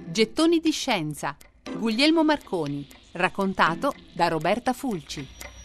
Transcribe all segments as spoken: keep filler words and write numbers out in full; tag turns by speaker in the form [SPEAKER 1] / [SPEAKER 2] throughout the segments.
[SPEAKER 1] Gettoni di scienza. Guglielmo Marconi. Raccontato da Roberta Fulci.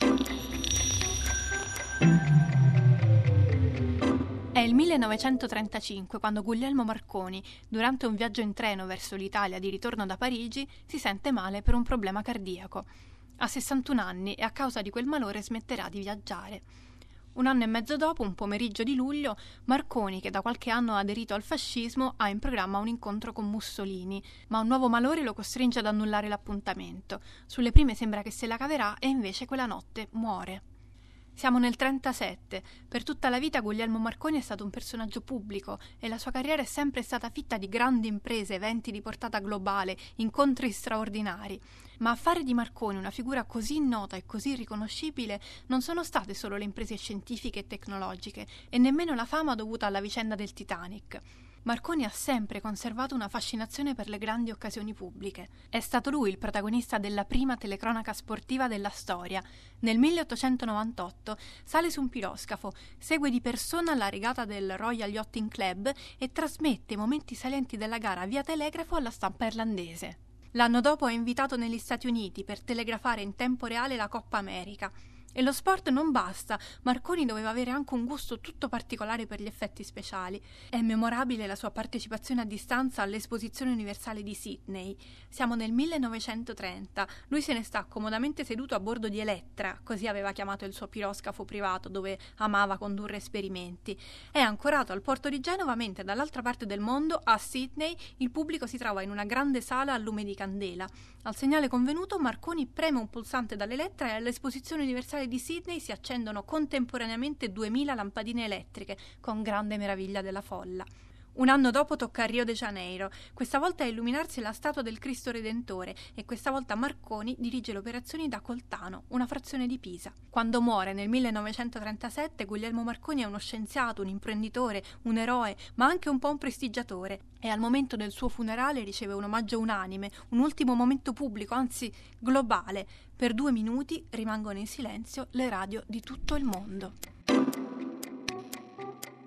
[SPEAKER 2] È il millenovecentotrentacinque quando Guglielmo Marconi, durante un viaggio in treno verso l'Italia di ritorno da Parigi, si sente male per un problema cardiaco. Ha sessantuno anni e a causa di quel malore smetterà di viaggiare. Un anno e mezzo dopo, un pomeriggio di luglio, Marconi, che da qualche anno ha aderito al fascismo, ha in programma un incontro con Mussolini, ma un nuovo malore lo costringe ad annullare l'appuntamento. Sulle prime sembra che se la caverà e invece quella notte muore. Siamo nel trentasette. Per tutta la vita Guglielmo Marconi è stato un personaggio pubblico e la sua carriera è sempre stata fitta di grandi imprese, eventi di portata globale, incontri straordinari. Ma a fare di Marconi una figura così nota e così riconoscibile non sono state solo le imprese scientifiche e tecnologiche e nemmeno la fama dovuta alla vicenda del Titanic. Marconi ha sempre conservato una fascinazione per le grandi occasioni pubbliche. È stato lui il protagonista della prima telecronaca sportiva della storia. Nel milleottocentonovantotto sale su un piroscafo, segue di persona la regata del Royal Yachting Club e trasmette i momenti salienti della gara via telegrafo alla stampa irlandese. L'anno dopo è invitato negli Stati Uniti per telegrafare in tempo reale la Coppa America. E lo sport non basta, Marconi doveva avere anche un gusto tutto particolare per gli effetti speciali. È memorabile la sua partecipazione a distanza all'Esposizione Universale di Sydney. Siamo nel millenovecentotrenta, lui se ne sta comodamente seduto a bordo di Elettra, così aveva chiamato il suo piroscafo privato dove amava condurre esperimenti. È ancorato al porto di Genova mentre dall'altra parte del mondo, a Sydney, il pubblico si trova in una grande sala a lume di candela. Al segnale convenuto Marconi preme un pulsante dall'Elettra e all'Esposizione Universale di Sydney si accendono contemporaneamente duemila lampadine elettriche, con grande meraviglia della folla. Un anno dopo tocca a Rio de Janeiro, questa volta a illuminarsi la statua del Cristo Redentore e questa volta Marconi dirige le operazioni da Coltano, una frazione di Pisa. Quando muore nel millenovecentotrentasette Guglielmo Marconi è uno scienziato, un imprenditore, un eroe, ma anche un po' un prestigiatore e al momento del suo funerale riceve un omaggio unanime, un ultimo momento pubblico, anzi globale. Per due minuti rimangono in silenzio le radio di tutto il mondo.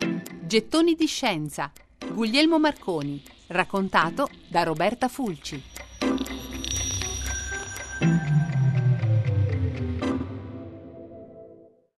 [SPEAKER 1] Gettoni di scienza. Guglielmo Marconi. Raccontato da Roberta Fulci.